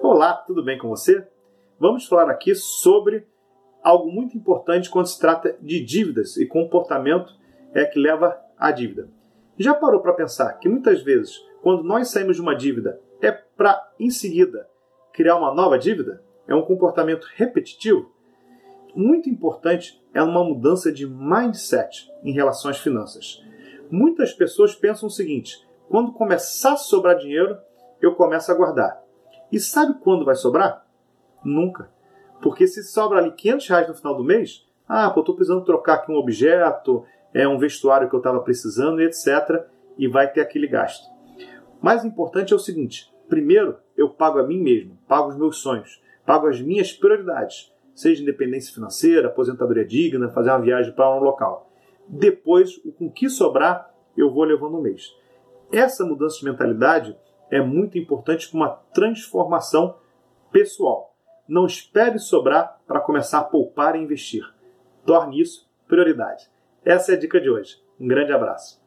Olá, tudo bem com você? Vamos falar aqui sobre algo muito importante quando se trata de dívidas e comportamento que leva à dívida. Já parou para pensar que muitas vezes, quando nós saímos de uma dívida, é para, em seguida, criar uma nova dívida? É um comportamento repetitivo? Muito importante é uma mudança de mindset em relação às finanças. Muitas pessoas pensam o seguinte: quando começar a sobrar dinheiro, eu começo a guardar. E sabe quando vai sobrar? Nunca. Porque se sobra ali R$500 no final do mês, estou precisando trocar aqui um objeto, um vestuário que eu estava precisando, etc. E vai ter aquele gasto. Mais importante é o seguinte: primeiro eu pago a mim mesmo, pago os meus sonhos, pago as minhas prioridades, seja independência financeira, aposentadoria digna, fazer uma viagem para um local. Depois, com o que sobrar, eu vou levando um mês. Essa mudança de mentalidade é muito importante para uma transformação pessoal. Não espere sobrar para começar a poupar e investir. Torne isso prioridade. Essa é a dica de hoje. Um grande abraço.